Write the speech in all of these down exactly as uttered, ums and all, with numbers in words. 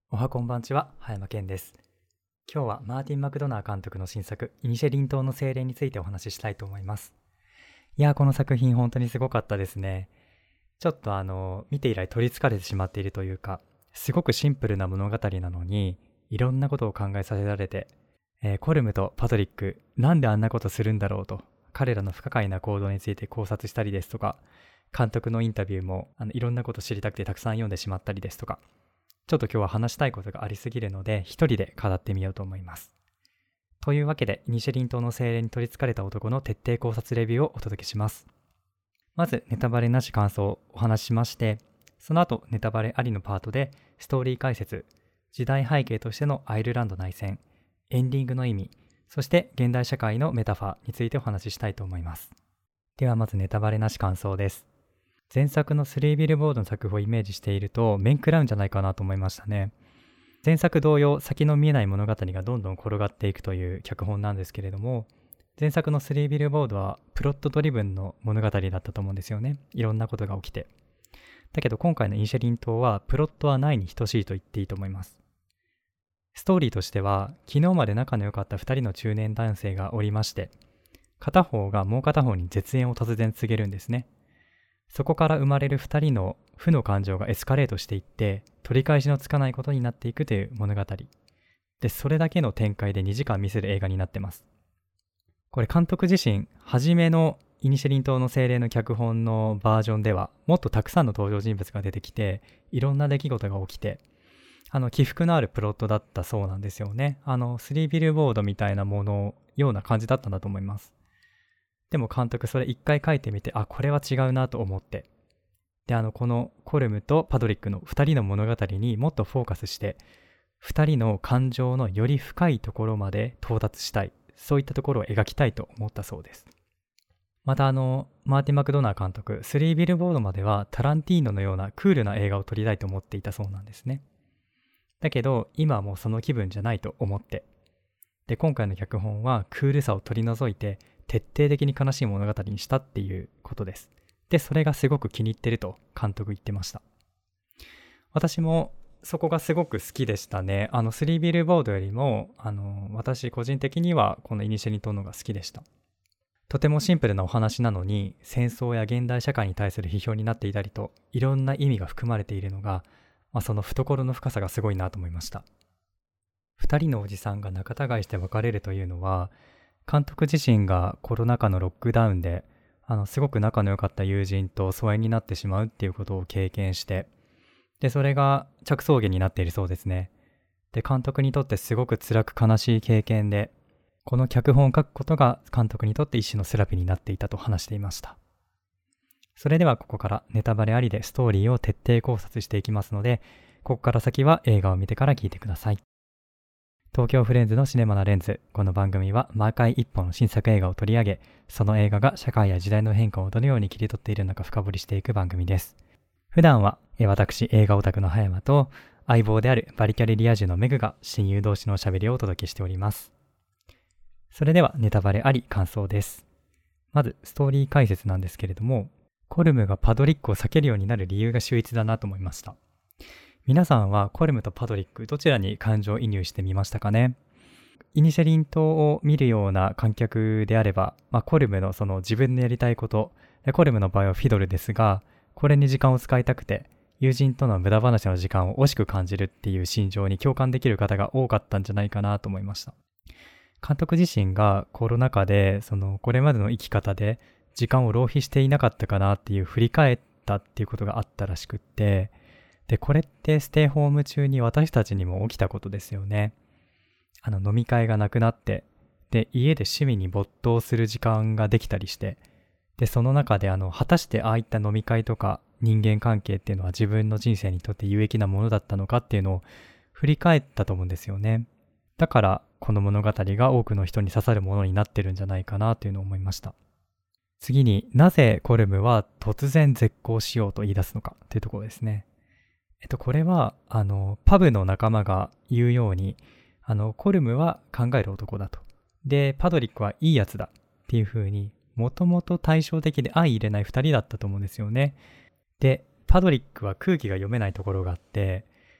おはこんばんちは、葉山健です。今日はマーティン・マクドナー監督の新作、イニシェリン島の精霊についてお話ししたいと思います。いやー、この作品本当にすごかったですね。ちょっとあの、見て以来取り憑かれてしまっているというか、すごくシンプルな物語なのに、いろんなことを考えさせられて、えーコルムとパトリック、なんであんなことするんだろうと、彼らの不可解な行動について考察したりですとか、監督のインタビューもあのいろんなこと知りたくてたくさん読んでしまったりですとか、ちょっと今日は話したいことがありすぎるので、一人で語ってみようと思います。というわけで、イニシェリン島の精霊に取り憑かれた男の徹底考察レビューをお届けします。まず、ネタバレなし感想をお話ししまして、その後、ネタバレありのパートで、ストーリー解説、時代背景としてのアイルランド内戦、エンディングの意味、そして現代社会のメタファーについてお話ししたいと思います。ではまずネタバレなし感想です。前作のスリービルボードの作風をイメージしていると面食らうんじゃないかなと思いましたね。前作同様、先の見えない物語がどんどん転がっていくという脚本なんですけれども、前作のスリービルボードはプロットドリブンの物語だったと思うんですよね。いろんなことが起きて。だけど今回のイニシェリン島はプロットはないに等しいと言っていいと思います。ストーリーとしては、昨日まで仲の良かったふたりの中年男性がおりまして、片方がもう片方に絶縁を突然告げるんですね。そこから生まれるふたりの負の感情がエスカレートしていって、取り返しのつかないことになっていくという物語で、それだけの展開でにじかん見せる映画になってます。これ監督自身、初めのイニシェリン島の精霊の脚本のバージョンではもっとたくさんの登場人物が出てきて、いろんな出来事が起きて、あの起伏のあるプロットだったそうなんですよね。あのスリービルボードみたいなものような感じだったんだと思います。でも監督それ一回書いてみて、あ、これは違うなと思って。で、あの、このコルムとパトリックの二人の物語にもっとフォーカスして、二人の感情のより深いところまで到達したい。そういったところを描きたいと思ったそうです。またあの、マーティン・マクドナー監督、スリービルボードまではタランティーノのようなクールな映画を撮りたいと思っていたそうなんですね。だけど、今はもうその気分じゃないと思って。で、今回の脚本はクールさを取り除いて、徹底的に悲しい物語にしたっていうことです。で、それがすごく気に入ってると監督言ってました。私もそこがすごく好きでしたね。あの、スリービルボードよりも、あの、私個人的にはこのイニシェリン島の方が好きでした。とてもシンプルなお話なのに、戦争や現代社会に対する批評になっていたりと、いろんな意味が含まれているのが、まあ、その懐の深さがすごいなと思いました。二人のおじさんが仲違いして別れるというのは、監督自身がコロナ禍のロックダウンであのすごく仲の良かった友人と疎遠になってしまうっていうことを経験して、でそれが着想源になっているそうですね。で監督にとってすごく辛く悲しい経験で、この脚本を書くことが監督にとって一種のセラピーになっていたと話していました。それではここからネタバレありでストーリーを徹底考察していきますので、ここから先は映画を見てから聞いてください。東京フレンズのシネマなレンズ。この番組は毎回一本の新作映画を取り上げ、その映画が社会や時代の変化をどのように切り取っているのか深掘りしていく番組です。普段は私映画オタクの葉山と相棒であるバリキャリリア充のメグが親友同士のおしゃべりをお届けしております。それではネタバレあり感想です。まずストーリー解説なんですけれども、コルムがパドリックを避けるようになる理由が秀逸だなと思いました。皆さんはコルムとパトリックどちらに感情移入してみましたかね。イニシェリン島を見るような観客であれば、まあ、コルムのその自分のやりたいこと、コルムの場合はフィドルですが、これに時間を使いたくて友人との無駄話の時間を惜しく感じるっていう心情に共感できる方が多かったんじゃないかなと思いました。監督自身がコロナ禍でそのこれまでの生き方で時間を浪費していなかったかなっていう振り返ったっていうことがあったらしくって、でこれってステイホーム中に私たちにも起きたことですよね。あの飲み会がなくなって、で家で趣味に没頭する時間ができたりして、でその中であの果たしてああいった飲み会とか人間関係っていうのは自分の人生にとって有益なものだったのかっていうのを振り返ったと思うんですよね。だからこの物語が多くの人に刺さるものになってるんじゃないかなというのを思いました。次になぜコルムは突然絶交しようと言い出すのかというところですね。えっと、これはあのパブの仲間が言うように、あのコルムは考える男だと。で、パドリックはいいやつだっていう風に、もともと対照的で相入れない二人だったと思うんですよね。で、パドリックは空気が読めないところがあって、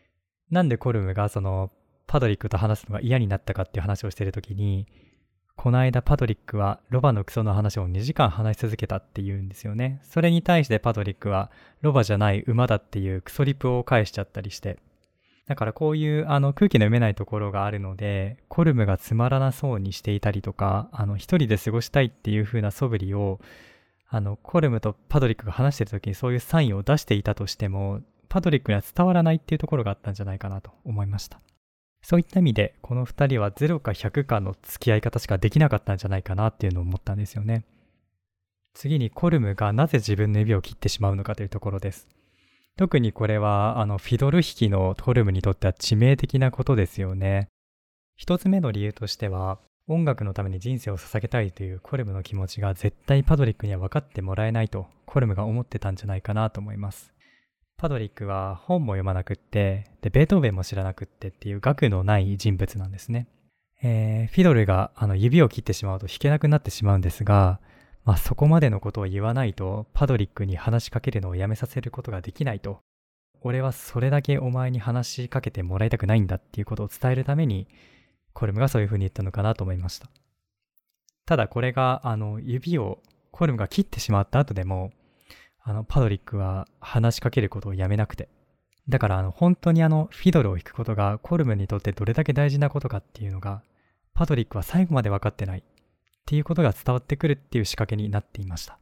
なんでコルムがそのパドリックと話すのが嫌になったかっていう話をしているときに、この間パドリックはロバのクソの話をにじかん話し続けたって言うんですよね。それに対してパドリックはロバじゃない馬だっていうクソリプを返しちゃったりして。だからこういうあの空気の読めないところがあるので、コルムがつまらなそうにしていたりとか、あの一人で過ごしたいっていう風な素振りを、あのコルムとパドリックが話している時にそういうサインを出していたとしても、パドリックには伝わらないっていうところがあったんじゃないかなと思いました。そういった意味でこのふたりはゼロかひゃくかの付き合い方しかできなかったんじゃないかなっていうのを思ったんですよね。次にコルムがなぜ自分の指を切ってしまうのかというところです。特にこれはあのフィドル弾きのコルムにとっては致命的なことですよね。一つ目の理由としては、音楽のために人生を捧げたいというコルムの気持ちが絶対パドリックには分かってもらえないとコルムが思ってたんじゃないかなと思います。パドリックは本も読まなくって、でベートーベンも知らなくってっていう学のない人物なんですね。えー、フィドルがあの指を切ってしまうと弾けなくなってしまうんですが、まあ、そこまでのことを言わないとパドリックに話しかけるのをやめさせることができないと。俺はそれだけお前に話しかけてもらいたくないんだっていうことを伝えるためにコルムがそういうふうに言ったのかなと思いました。ただこれがあの指をコルムが切ってしまった後でもあのパドリックは話しかけることをやめなくて、だからあの本当にあのフィドルを弾くことがコルムにとってどれだけ大事なことかっていうのがパドリックは最後まで分かってないっていうことが伝わってくるっていう仕掛けになっていました。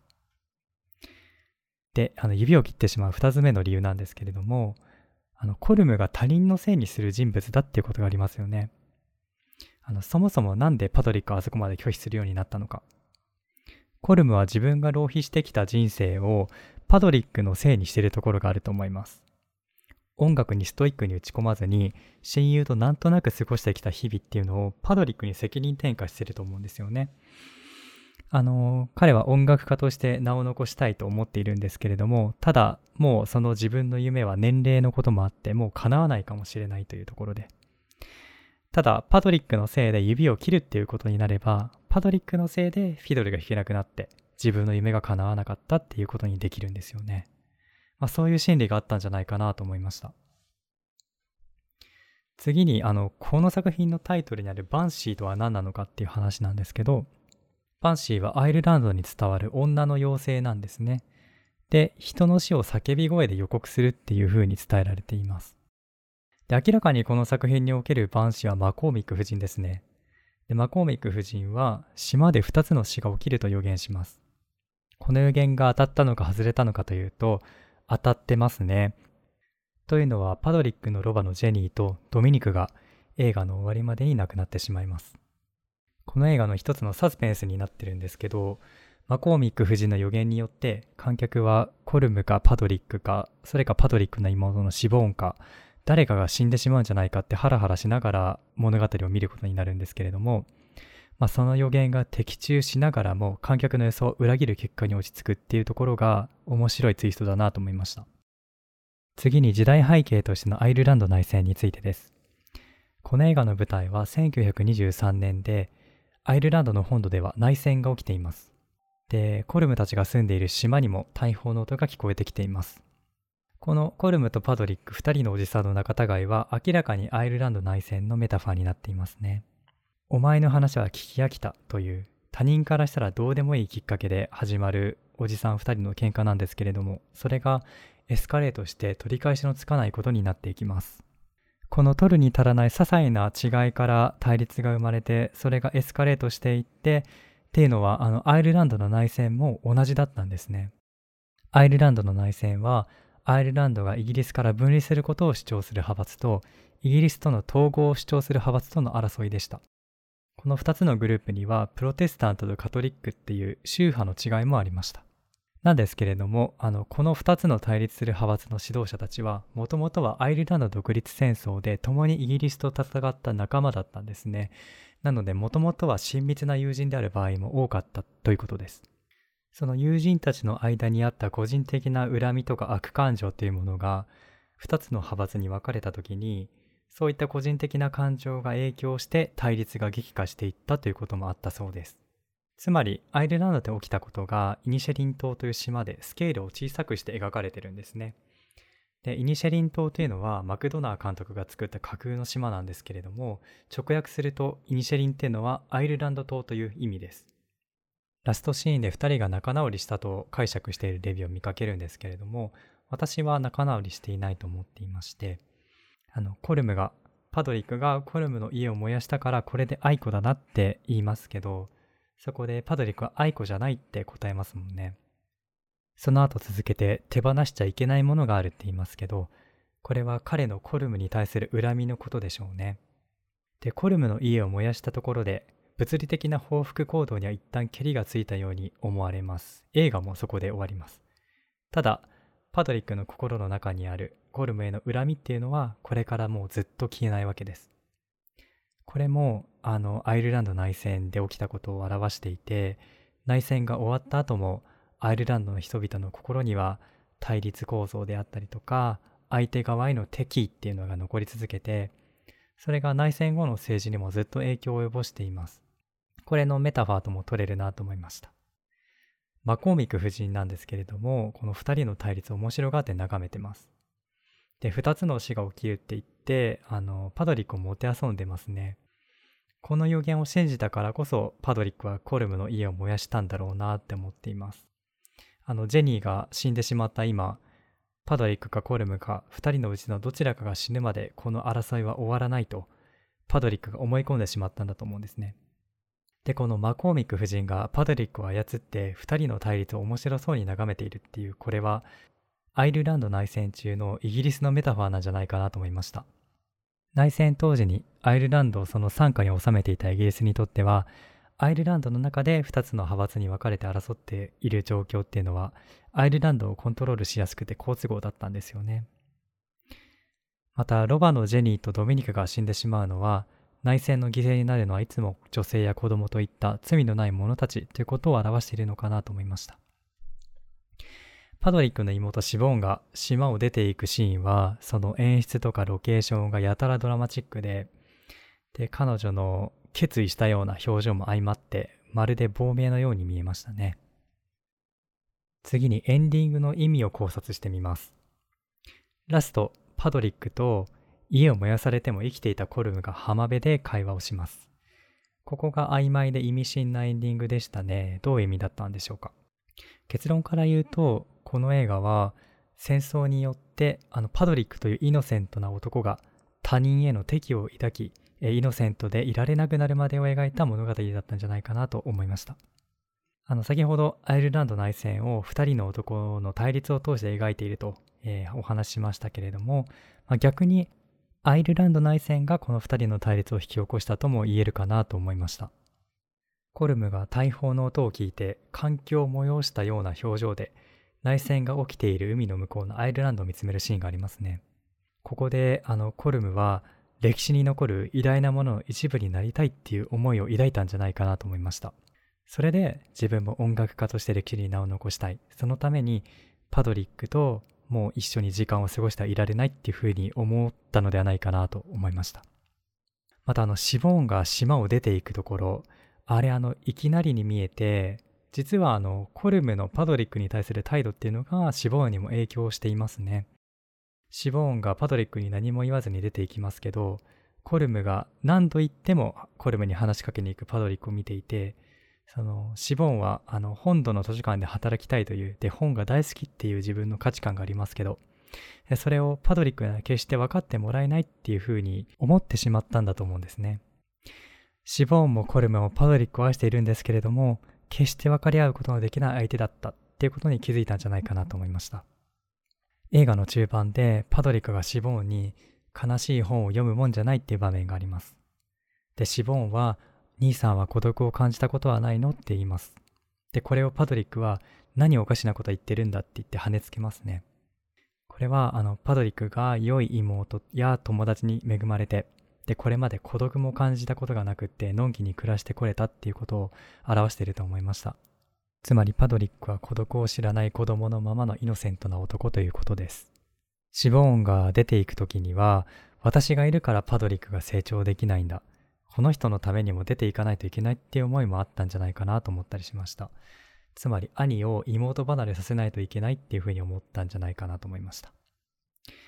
で、あの指を切ってしまうふたつめの理由なんですけれども、あのコルムが他人のせいにする人物だっていうことがありますよね。あのそもそもなんでパドリックはあそこまで拒否するようになったのか。コルムは自分が浪費してきた人生をパドリックのせいにしているところがあると思います。音楽にストイックに打ち込まずに親友となんとなく過ごしてきた日々っていうのをパドリックに責任転嫁してると思うんですよね。あの彼は音楽家として名を残したいと思っているんですけれども、ただもうその自分の夢は年齢のこともあってもう叶わないかもしれないというところで、ただパドリックのせいで指を切るっていうことになれば、パドリックのせいでフィドルが弾けなくなって自分の夢が叶わなかったっていうことにできるんですよね。まあ、そういう心理があったんじゃないかなと思いました。次にあのこの作品のタイトルにあるバンシーとは何なのかっていう話なんですけど、バンシーはアイルランドに伝わる女の妖精なんですね。で、人の死を叫び声で予告するっていう風に伝えられています。で、明らかにこの作品におけるバンシーはマコーミック夫人ですね。で、マコーミック夫人は島でふたつの死が起きると予言します。この予言が当たったのか外れたのかというと、当たってますね。というのはパドリックのロバのジェニーとドミニクが映画の終わりまでに亡くなってしまいます。この映画の一つのサスペンスになってるんですけど、マコーミック夫人の予言によって観客はコルムかパドリックか、それかパドリックの妹のシボーンか、誰かが死んでしまうんじゃないかってハラハラしながら物語を見ることになるんですけれども、まあ、その予言が的中しながらも観客の予想を裏切る結果に落ち着くっていうところが面白いツイストだなと思いました。次に時代背景としてのアイルランド内戦についてです。この映画の舞台はせんきゅうひゃくにじゅうさんねんで、アイルランドの本土では内戦が起きています。で、コルムたちが住んでいる島にも大砲の音が聞こえてきています。このコルムとパドリックふたりのおじさんの仲違いは明らかにアイルランド内戦のメタファーになっていますね。お前の話は聞き飽きたという他人からしたらどうでもいいきっかけで始まるおじさんふたりの喧嘩なんですけれども、それがエスカレートして取り返しのつかないことになっていきます。この取るに足らない些細な違いから対立が生まれて、それがエスカレートしていってっていうのは、あのアイルランドの内戦も同じだったんですね。アイルランドの内戦はアイルランドがイギリスから分離することを主張する派閥と、イギリスとの統合を主張する派閥との争いでした。このふたつのグループにはプロテスタントとカトリックっていう宗派の違いもありました。なんですけれども、あのこのふたつの対立する派閥の指導者たちはもともとはアイルランド独立戦争で共にイギリスと戦った仲間だったんですね。なのでもともとは親密な友人である場合も多かったということです。その友人たちの間にあった個人的な恨みとか悪感情というものがふたつの派閥に分かれた時に、そういった個人的な感情が影響して対立が激化していったということもあったそうです。つまりアイルランドで起きたことがイニシェリン島という島でスケールを小さくして描かれてるんですね。 で、イニシェリン島というのはマクドナー監督が作った架空の島なんですけれども、直訳するとイニシェリンっていうのはアイルランド島という意味です。ラストシーンでふたりが仲直りしたと解釈しているレビューを見かけるんですけれども、私は仲直りしていないと思っていまして、あのコルムがパドリックがコルムの家を燃やしたからこれで愛子だなって言いますけど、そこでパドリックは愛子じゃないって答えますもんね。その後続けて手放しちゃいけないものがあるって言いますけど、これは彼のコルムに対する恨みのことでしょうね。で、コルムの家を燃やしたところで、物理的な報復行動には一旦ケリがついたように思われます。映画もそこで終わります。ただ、パドリックの心の中にあるコルムへの恨みっていうのは、これからもうずっと消えないわけです。これも、あの、アイルランド内戦で起きたことを表していて、内戦が終わった後も、アイルランドの人々の心には対立構造であったりとか、相手側への敵意っていうのが残り続けて、それが内戦後の政治にもずっと影響を及ぼしています。これのメタファーとも取れるなと思いました。マコーミック夫人なんですけれども、このふたりの対立を面白がって眺めてます。で、ふたつの死が起きるって言って、あの、パドリックをもてあそんでますね。この予言を信じたからこそ、パドリックはコルムの家を燃やしたんだろうなって思っています。あのジェニーが死んでしまった今、パドリックかコルムかふたりのうちのどちらかが死ぬまでこの争いは終わらないとパドリックが思い込んでしまったんだと思うんですね。で、このマコーミック夫人がパドリックを操ってふたりの対立を面白そうに眺めているっていう、これはアイルランド内戦中のイギリスのメタファーなんじゃないかなと思いました。内戦当時にアイルランドをその傘下に収めていたイギリスにとっては、アイルランドの中でふたつの派閥に分かれて争っている状況っていうのは、アイルランドをコントロールしやすくて好都合だったんですよね。また、ロバのジェニーとドミニクが死んでしまうのは、内戦の犠牲になるのはいつも女性や子供といった罪のない者たちということを表しているのかなと思いました。パドリックの妹シボーンが島を出ていくシーンは、その演出とかロケーションがやたらドラマチックで、で、彼女の決意したような表情も相まって、まるで亡命のように見えましたね。次にエンディングの意味を考察してみます。ラスト、パドリックと家を燃やされても生きていたコルムが浜辺で会話をします。ここが曖昧で意味深なエンディングでしたね。どういう意味だったんでしょうか。結論から言うと、この映画は戦争によってあのパドリックというイノセントな男が他人への敵を抱き、イノセントでいられなくなるまでを描いた物語だったんじゃないかなと思いました。あの先ほどアイルランド内戦をふたりの男の対立を通して描いていると、えー、お話ししましたけれども、まあ、逆にアイルランド内戦がこのふたりの対立を引き起こしたとも言えるかなと思いました。コルムが大砲の音を聞いて環境を催したような表情で内戦が起きている海の向こうのアイルランドを見つめるシーンがありますね。ここであのコルムは歴史に残る偉大なものの一部になりたいっていう思いを抱いたんじゃないかなと思いました。それで自分も音楽家として歴史に名を残したい。そのためにパドリックともう一緒に時間を過ごしてはいられないっていうふうに思ったのではないかなと思いました。またあのシボーンが島を出ていくところ、あれあのいきなりに見えて、実はあのコルムのパドリックに対する態度っていうのがシボーンにも影響していますね。シボーンがパドリックに何も言わずに出ていきますけど、コルムが何度言ってもコルムに話しかけに行くパドリックを見ていて、そのシボーンはあの本土の図書館で働きたいという、で本が大好きっていう自分の価値観がありますけど、それをパドリックには決して分かってもらえないっていうふうに思ってしまったんだと思うんですね。シボーンもコルムもパドリックを愛しているんですけれども、決して分かり合うことのできない相手だったっていうことに気づいたんじゃないかなと思いました。映画の中盤でパドリックがシボーンに悲しい本を読むもんじゃないっていう場面があります。で、シボーンは兄さんは孤独を感じたことはないのって言います。で、これをパドリックは何おかしなこと言ってるんだって言って跳ねつけますね。これはあのパドリックが良い妹や友達に恵まれて、でこれまで孤独も感じたことがなくってのんきに暮らしてこれたっていうことを表していると思いました。つまりパドリックは孤独を知らない子供のままのイノセントな男ということです。シボーンが出ていく時には、私がいるからパドリックが成長できないんだ、この人のためにも出ていかないといけないっていう思いもあったんじゃないかなと思ったりしました。つまり兄を妹離れさせないといけないっていうふうに思ったんじゃないかなと思いました。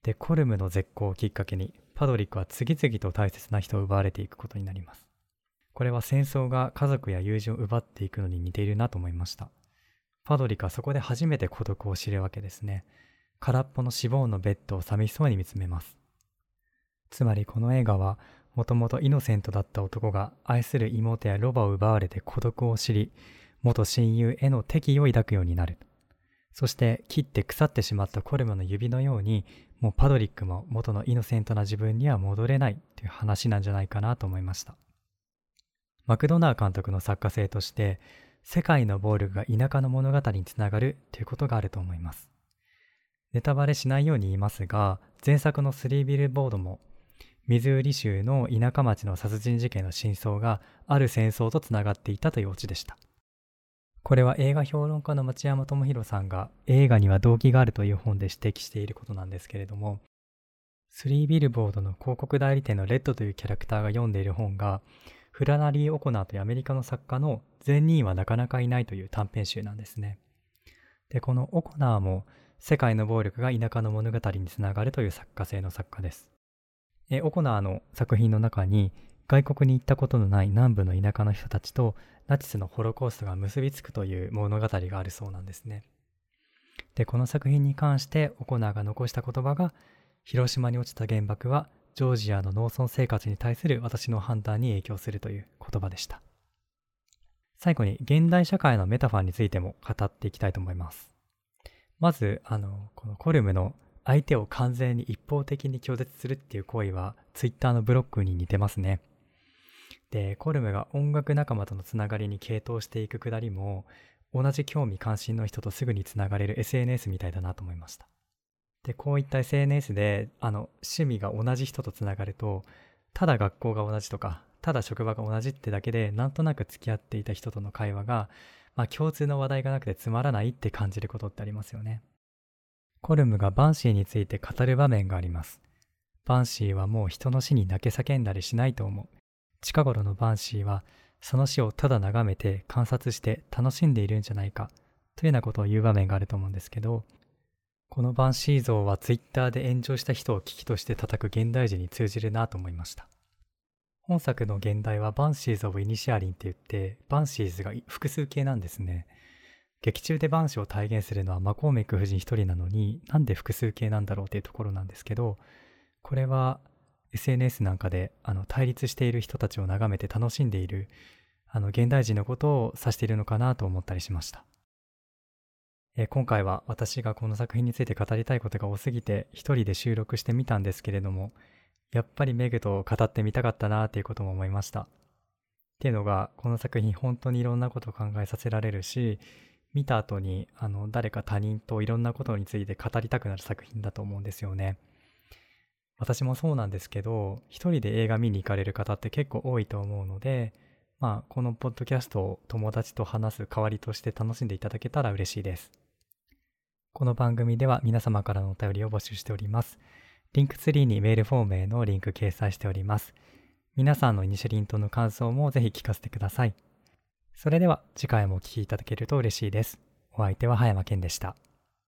で、コルムの絶好をきっかけにパドリックは次々と大切な人を奪われていくことになります。これは戦争が家族や友人を奪っていくのに似ているなと思いました。パドリックはそこで初めて孤独を知るわけですね。空っぽの死亡のベッドを寂しそうに見つめます。つまりこの映画は、もともとイノセントだった男が愛する妹やロバを奪われて孤独を知り、元親友への敵意を抱くようになる。そして切って腐ってしまったコルムの指のように、もうパドリックも元のイノセントな自分には戻れないという話なんじゃないかなと思いました。マクドナー監督の作家性として、世界の暴力が田舎の物語につながるということがあると思います。ネタバレしないように言いますが、前作のスリービルボードも、ミズーリ州の田舎町の殺人事件の真相がある戦争とつながっていたというオチでした。これは映画評論家の町山智博さんが映画には動機があるという本で指摘していることなんですけれども、スリービルボードの広告代理店のレッドというキャラクターが読んでいる本が、フラナリー・オコナーというアメリカの作家の善人はなかなかいないという短編集なんですね。で、このオコナーも世界の暴力が田舎の物語につながるという作家性の作家です。えオコナーの作品の中に、外国に行ったことのない南部の田舎の人たちとナチスのホロコーストが結びつくという物語があるそうなんですね。で、この作品に関してオコナーが残した言葉が、広島に落ちた原爆はジョージアの農村生活に対する私の判断に影響するという言葉でした。最後に現代社会のメタファーについても語っていきたいと思います。まず、あの、このコルムの相手を完全に一方的に拒絶するっていう行為はツイッターのブロックに似てますね。で、コルムが音楽仲間とのつながりに傾倒していくくだりも、同じ興味関心の人とすぐにつながれる エスエヌエス みたいだなと思いました。で、こういった エスエヌエス であの趣味が同じ人とつながると、ただ学校が同じとか、ただ職場が同じってだけでなんとなく付き合っていた人との会話が、まあ、共通の話題がなくてつまらないって感じることってありますよね。コルムがバンシーについて語る場面があります。バンシーはもう人の死に泣け叫んだりしないと思う。近頃のバンシーはその死をただ眺めて観察して楽しんでいるんじゃないかというようなことを言う場面があると思うんですけど、このバンシー像はツイッターで炎上した人を危機として叩く現代人に通じるなと思いました。本作の現代はバンシーズ・オブ・イニシアリンって言って、バンシーズが複数形なんですね。劇中でバンシーを体現するのはマコーメック夫人一人なのに、なんで複数形なんだろうっていうところなんですけど、これは エスエヌエス なんかであの対立している人たちを眺めて楽しんでいるあの現代人のことを指しているのかなと思ったりしました。えー今回は私がこの作品について語りたいことが多すぎて一人で収録してみたんですけれども、やっぱりメグと語ってみたかったなということも思いました。っていうのが、この作品本当にいろんなことを考えさせられるし、見た後にあの誰か他人といろんなことについて語りたくなる作品だと思うんですよね。私もそうなんですけど、一人で映画見に行かれる方って結構多いと思うので、まあこのポッドキャストを友達と話す代わりとして楽しんでいただけたら嬉しいです。この番組では皆様からのお便りを募集しております。リンクツリーにメールフォームへのリンク掲載しております。皆さんのイニシャリントの感想もぜひ聞かせてください。それでは次回もお聞きいただけると嬉しいです。お相手は葉山健でした。